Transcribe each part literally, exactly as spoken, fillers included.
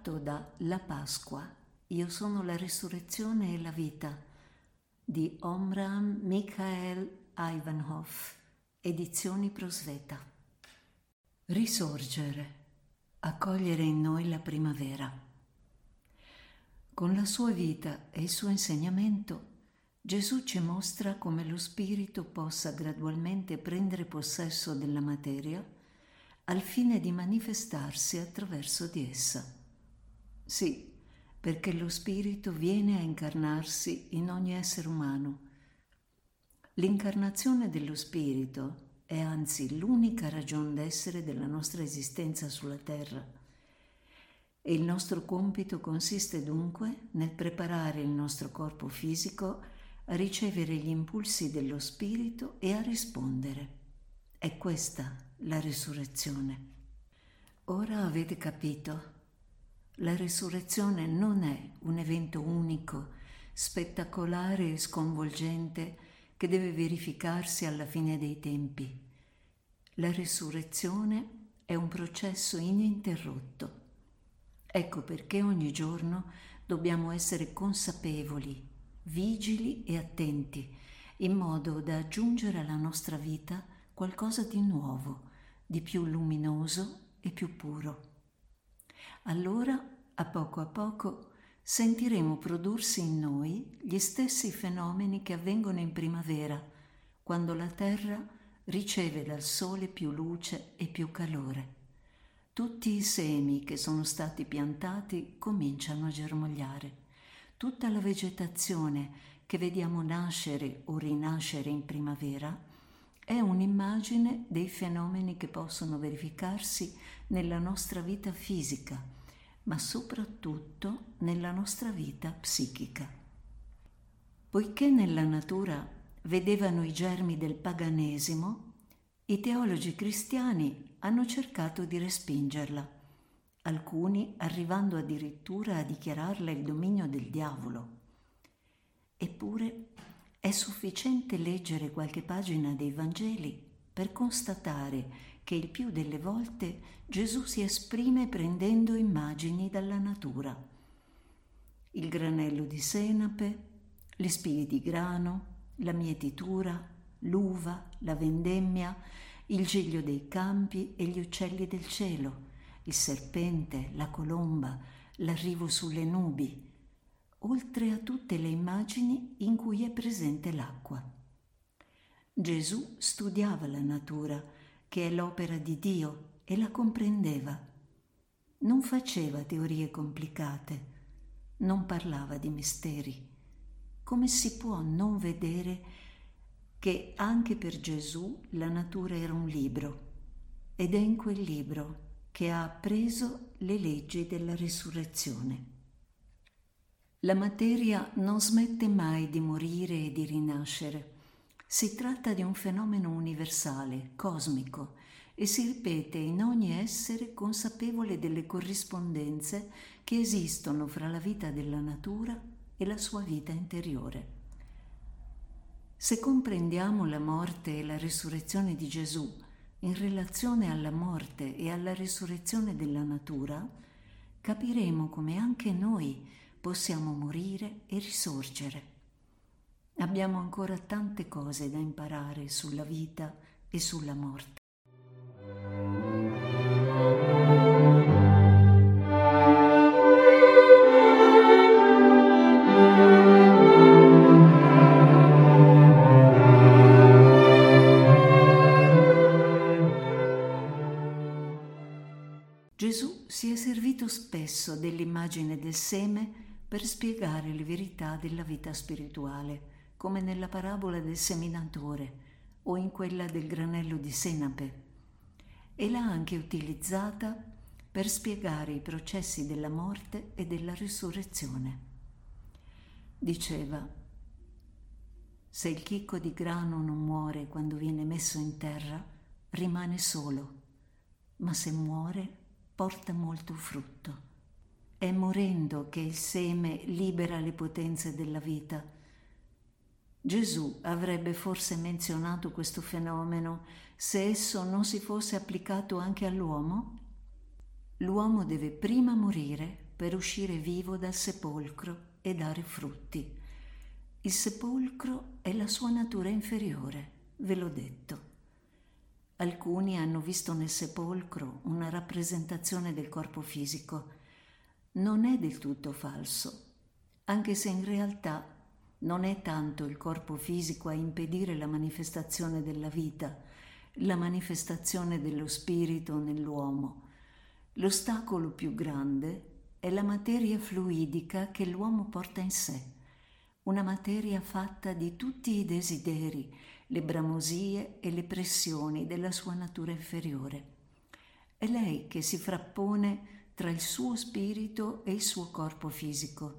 tratto da La Pasqua, io sono la risurrezione e la vita, di Omram Michael Ivanhoff, edizioni Prosveta. Risorgere, accogliere in noi la primavera. Con la sua vita e il suo insegnamento, Gesù ci mostra come lo spirito possa gradualmente prendere possesso della materia al fine di manifestarsi attraverso di essa. Sì, perché lo spirito viene a incarnarsi in ogni essere umano. L'incarnazione dello spirito è anzi l'unica ragion d'essere della nostra esistenza sulla terra. E il nostro compito consiste dunque nel preparare il nostro corpo fisico a ricevere gli impulsi dello spirito e a rispondere. È questa la risurrezione. Ora avete capito? La risurrezione non è un evento unico, spettacolare e sconvolgente che deve verificarsi alla fine dei tempi. La risurrezione è un processo ininterrotto. Ecco perché ogni giorno dobbiamo essere consapevoli, vigili e attenti, in modo da aggiungere alla nostra vita qualcosa di nuovo, di più luminoso e più puro. Allora, a poco a poco, sentiremo prodursi in noi gli stessi fenomeni che avvengono in primavera, quando la terra riceve dal sole più luce e più calore. Tutti i semi che sono stati piantati cominciano a germogliare. Tutta la vegetazione che vediamo nascere o rinascere in primavera è un'immagine dei fenomeni che possono verificarsi nella nostra vita fisica, ma soprattutto nella nostra vita psichica. Poiché nella natura vedevano i germi del paganesimo, i teologi cristiani hanno cercato di respingerla, alcuni arrivando addirittura a dichiararla il dominio del diavolo. Eppure è sufficiente leggere qualche pagina dei Vangeli per constatare che il più delle volte Gesù si esprime prendendo immagini dalla natura. Il granello di senape, le spighe di grano, la mietitura, l'uva, la vendemmia, il giglio dei campi e gli uccelli del cielo, il serpente, la colomba, l'arrivo sulle nubi, oltre a tutte le immagini in cui è presente l'acqua. Gesù studiava la natura, che è l'opera di Dio, e la comprendeva. Non faceva teorie complicate, non parlava di misteri. Come si può non vedere che anche per Gesù la natura era un libro, ed è in quel libro che ha appreso le leggi della risurrezione. La materia non smette mai di morire e di rinascere. Si tratta di un fenomeno universale, cosmico, e si ripete in ogni essere consapevole delle corrispondenze che esistono fra la vita della natura e la sua vita interiore. Se comprendiamo la morte e la risurrezione di Gesù in relazione alla morte e alla risurrezione della natura, capiremo come anche noi possiamo morire e risorgere. Abbiamo ancora tante cose da imparare sulla vita e sulla morte. Gesù si è servito spesso dell'immagine del seme per spiegare le verità della vita spirituale, come nella parabola del seminatore o in quella del granello di senape, e l'ha anche utilizzata per spiegare i processi della morte e della risurrezione. Diceva: se il chicco di grano non muore quando viene messo in terra, rimane solo, ma se muore porta molto frutto. È morendo che il seme libera le potenze della vita. Gesù avrebbe forse menzionato questo fenomeno se esso non si fosse applicato anche all'uomo? L'uomo deve prima morire per uscire vivo dal sepolcro e dare frutti. Il sepolcro è la sua natura inferiore, ve l'ho detto. Alcuni hanno visto nel sepolcro una rappresentazione del corpo fisico. Non è del tutto falso, anche se in realtà non è tanto il corpo fisico a impedire la manifestazione della vita, la manifestazione dello spirito nell'uomo. L'ostacolo più grande è la materia fluidica che l'uomo porta in sé, una materia fatta di tutti i desideri, le bramosie e le pressioni della sua natura inferiore. È lei che si frappone tra il suo spirito e il suo corpo fisico.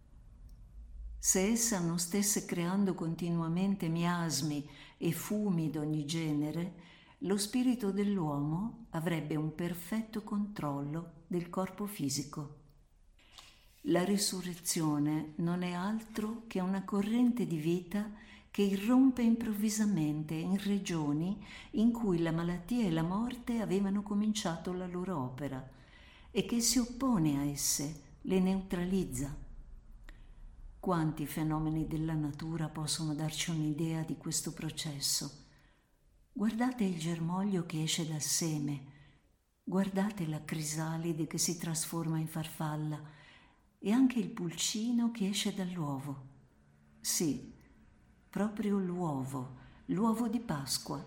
Se essa non stesse creando continuamente miasmi e fumi d'ogni genere, lo spirito dell'uomo avrebbe un perfetto controllo del corpo fisico. La risurrezione non è altro che una corrente di vita che irrompe improvvisamente in regioni in cui la malattia e la morte avevano cominciato la loro opera e che si oppone a esse, le neutralizza. Quanti fenomeni della natura possono darci un'idea di questo processo? Guardate il germoglio che esce dal seme, guardate la crisalide che si trasforma in farfalla e anche il pulcino che esce dall'uovo. Sì, proprio l'uovo, l'uovo di Pasqua.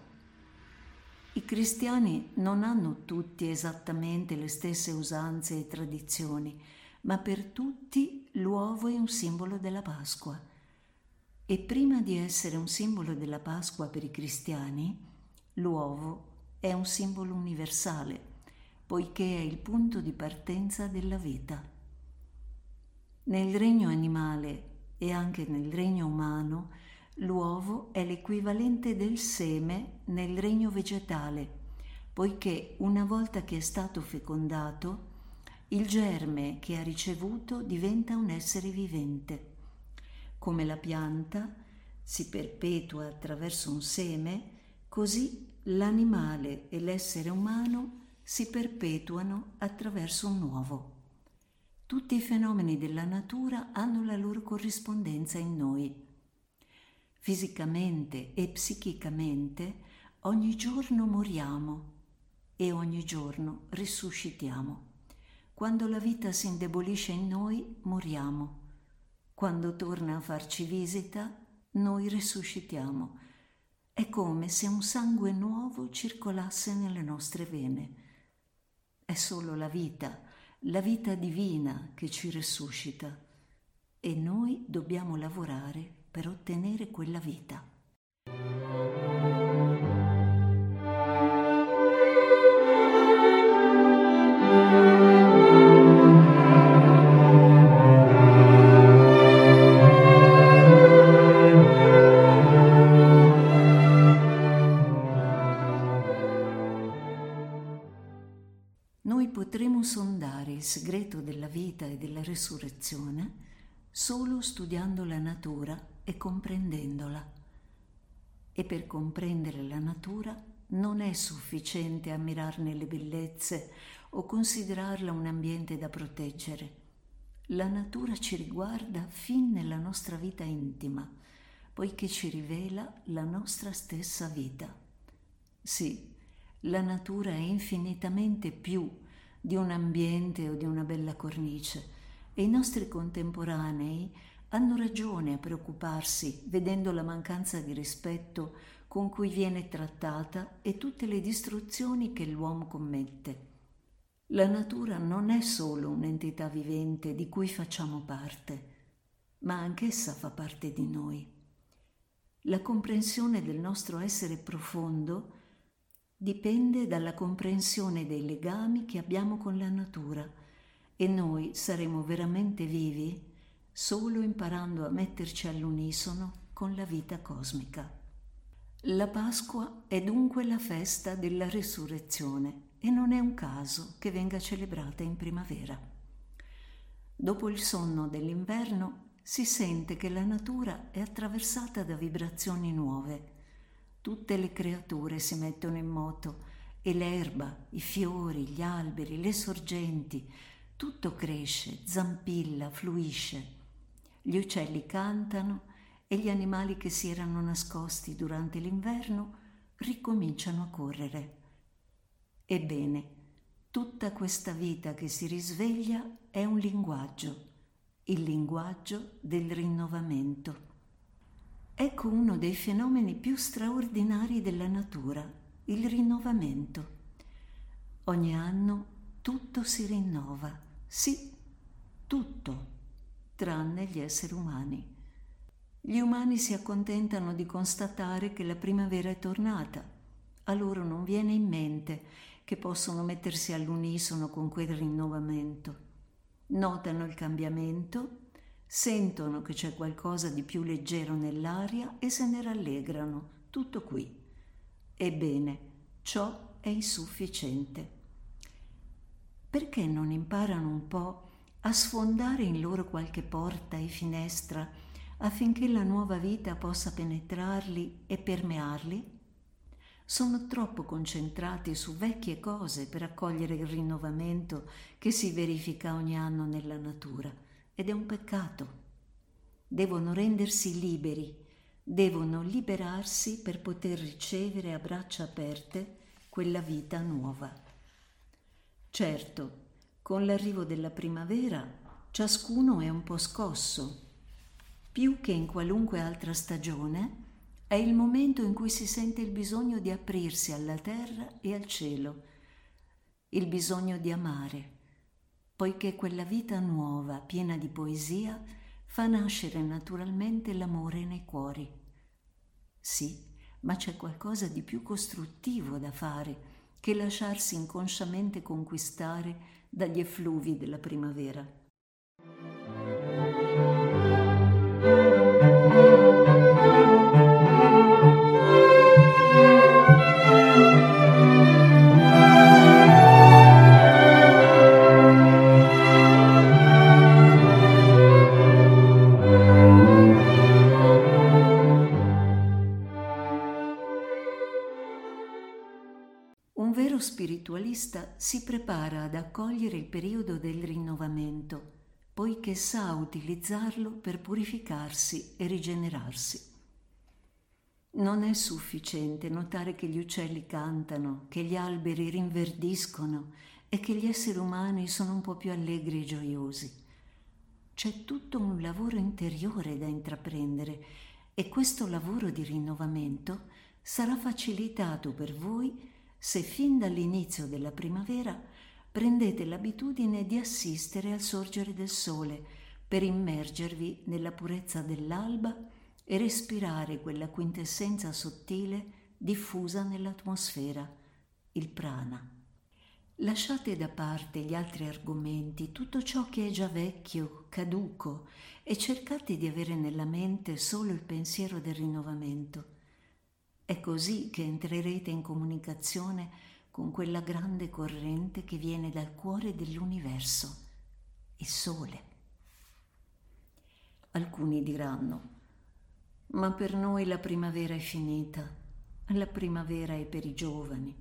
I cristiani non hanno tutti esattamente le stesse usanze e tradizioni, ma per tutti l'uovo è un simbolo della Pasqua. E prima di essere un simbolo della Pasqua per i cristiani, l'uovo è un simbolo universale, poiché è il punto di partenza della vita. Nel regno animale e anche nel regno umano, l'uovo è l'equivalente del seme nel regno vegetale, poiché una volta che è stato fecondato, il germe che ha ricevuto diventa un essere vivente. Come la pianta si perpetua attraverso un seme, così l'animale e l'essere umano si perpetuano attraverso un uovo. Tutti i fenomeni della natura hanno la loro corrispondenza in noi. Fisicamente e psichicamente ogni giorno moriamo e ogni giorno risuscitiamo. Quando la vita si indebolisce in noi, moriamo. Quando torna a farci visita, noi risuscitiamo. È come se un sangue nuovo circolasse nelle nostre vene. È solo la vita, la vita divina che ci risuscita e noi dobbiamo lavorare per ottenere quella vita. Noi potremo sondare il segreto della vita e della risurrezione solo studiando la natura e comprendendola. E per comprendere la natura non è sufficiente ammirarne le bellezze o considerarla un ambiente da proteggere. La natura ci riguarda fin nella nostra vita intima, poiché ci rivela la nostra stessa vita. Sì, la natura è infinitamente più di un ambiente o di una bella cornice e i nostri contemporanei hanno ragione a preoccuparsi vedendo la mancanza di rispetto con cui viene trattata e tutte le distruzioni che l'uomo commette. La natura non è solo un'entità vivente di cui facciamo parte, ma anch'essa fa parte di noi. La comprensione del nostro essere profondo dipende dalla comprensione dei legami che abbiamo con la natura e noi saremo veramente vivi solo imparando a metterci all'unisono con la vita cosmica. La Pasqua è dunque la festa della risurrezione e non è un caso che venga celebrata in primavera. Dopo il sonno dell'inverno si sente che la natura è attraversata da vibrazioni nuove. Tutte le creature si mettono in moto e l'erba, i fiori, gli alberi, le sorgenti, Tutto cresce, zampilla, fluisce. Gli uccelli cantano e gli animali che si erano nascosti durante l'inverno ricominciano a correre. Ebbene, tutta questa vita che si risveglia è un linguaggio, il linguaggio del rinnovamento. Ecco uno dei fenomeni più straordinari della natura, il rinnovamento. Ogni anno tutto si rinnova, sì, tutto, tranne gli esseri umani. Gli umani si accontentano di constatare che la primavera è tornata. A loro non viene in mente che possono mettersi all'unisono con quel rinnovamento. Notano il cambiamento, sentono che c'è qualcosa di più leggero nell'aria e se ne rallegrano. Tutto qui. Ebbene, ciò è insufficiente. Perché non imparano un po' a sfondare in loro qualche porta e finestra affinché la nuova vita possa penetrarli e permearli? Sono troppo concentrati su vecchie cose per accogliere il rinnovamento che si verifica ogni anno nella natura, ed è un peccato. Devono rendersi liberi, devono liberarsi per poter ricevere a braccia aperte quella vita nuova. Certo, con l'arrivo della primavera ciascuno è un po' scosso. Più che in qualunque altra stagione, è il momento in cui si sente il bisogno di aprirsi alla terra e al cielo, il bisogno di amare, poiché quella vita nuova, piena di poesia, fa nascere naturalmente l'amore nei cuori. Sì, ma c'è qualcosa di più costruttivo da fare che lasciarsi inconsciamente conquistare dagli effluvi della primavera. Un vero spiritualista si prepara ad accogliere il periodo del rinnovamento, poiché sa utilizzarlo per purificarsi e rigenerarsi. Non è sufficiente notare che gli uccelli cantano, che gli alberi rinverdiscono e che gli esseri umani sono un po' più allegri e gioiosi. C'è tutto un lavoro interiore da intraprendere e questo lavoro di rinnovamento sarà facilitato per voi se fin dall'inizio della primavera prendete l'abitudine di assistere al sorgere del sole per immergervi nella purezza dell'alba e respirare quella quintessenza sottile diffusa nell'atmosfera, il prana. Lasciate da parte gli altri argomenti, tutto ciò che è già vecchio, caduco, e cercate di avere nella mente solo il pensiero del rinnovamento. È così che entrerete in comunicazione con quella grande corrente che viene dal cuore dell'universo, il Sole. Alcuni diranno: ma per noi la primavera è finita, la primavera è per i giovani.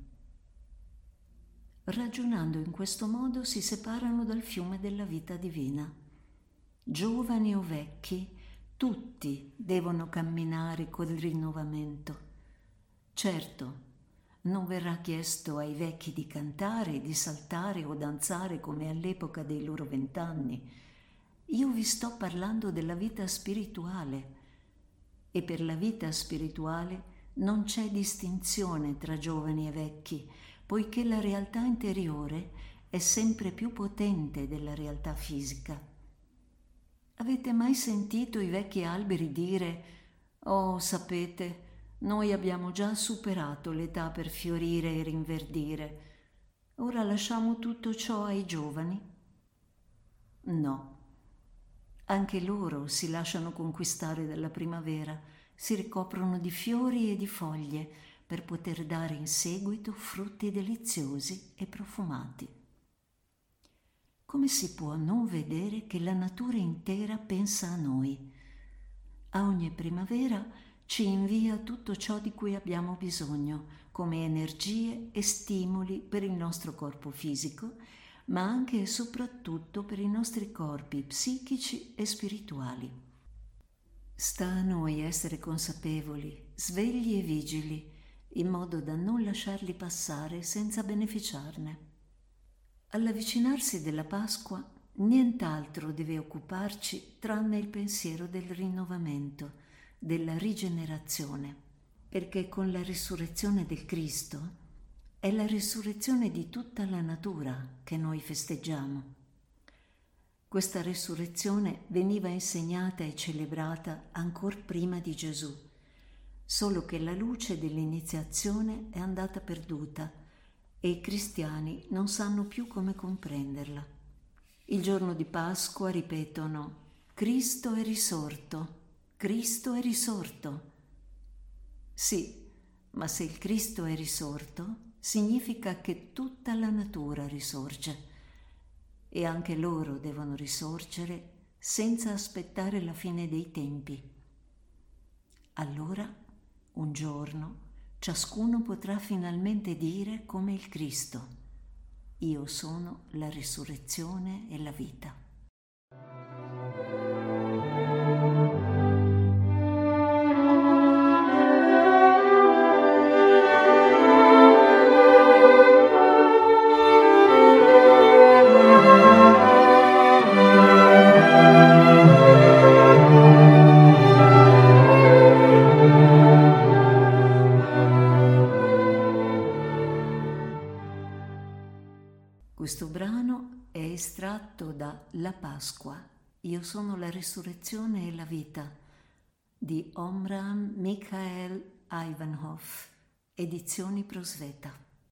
Ragionando in questo modo si separano dal fiume della vita divina. Giovani o vecchi, tutti devono camminare col rinnovamento. Certo, non verrà chiesto ai vecchi di cantare, di saltare o danzare come all'epoca dei loro vent'anni. Io vi sto parlando della vita spirituale e per la vita spirituale non c'è distinzione tra giovani e vecchi, poiché la realtà interiore è sempre più potente della realtà fisica. Avete mai sentito i vecchi alberi dire: «Oh, sapete, noi abbiamo già superato l'età per fiorire e rinverdire. Ora lasciamo tutto ciò ai giovani?» No. Anche loro si lasciano conquistare dalla primavera, si ricoprono di fiori e di foglie per poter dare in seguito frutti deliziosi e profumati. Come si può non vedere che la natura intera pensa a noi? A ogni primavera ci invia tutto ciò di cui abbiamo bisogno, come energie e stimoli per il nostro corpo fisico, ma anche e soprattutto per i nostri corpi psichici e spirituali. Sta a noi essere consapevoli, svegli e vigili, in modo da non lasciarli passare senza beneficiarne. All'avvicinarsi della Pasqua, nient'altro deve occuparci tranne il pensiero del rinnovamento, della rigenerazione, perché con la risurrezione del Cristo è la risurrezione di tutta la natura che noi festeggiamo. Questa risurrezione veniva insegnata e celebrata ancor prima di Gesù, solo che la luce dell'iniziazione è andata perduta e i cristiani non sanno più come comprenderla. Il giorno di Pasqua ripetono: Cristo è risorto, Cristo è risorto. Sì, ma se il Cristo è risorto, significa che tutta la natura risorge e anche loro devono risorgere senza aspettare la fine dei tempi. Allora, un giorno, ciascuno potrà finalmente dire come il Cristo: io sono la risurrezione e la vita. Questo brano è estratto da La Pasqua, io sono la risurrezione e la vita, di Omram Michael Ivanhoff, Edizioni Prosveta.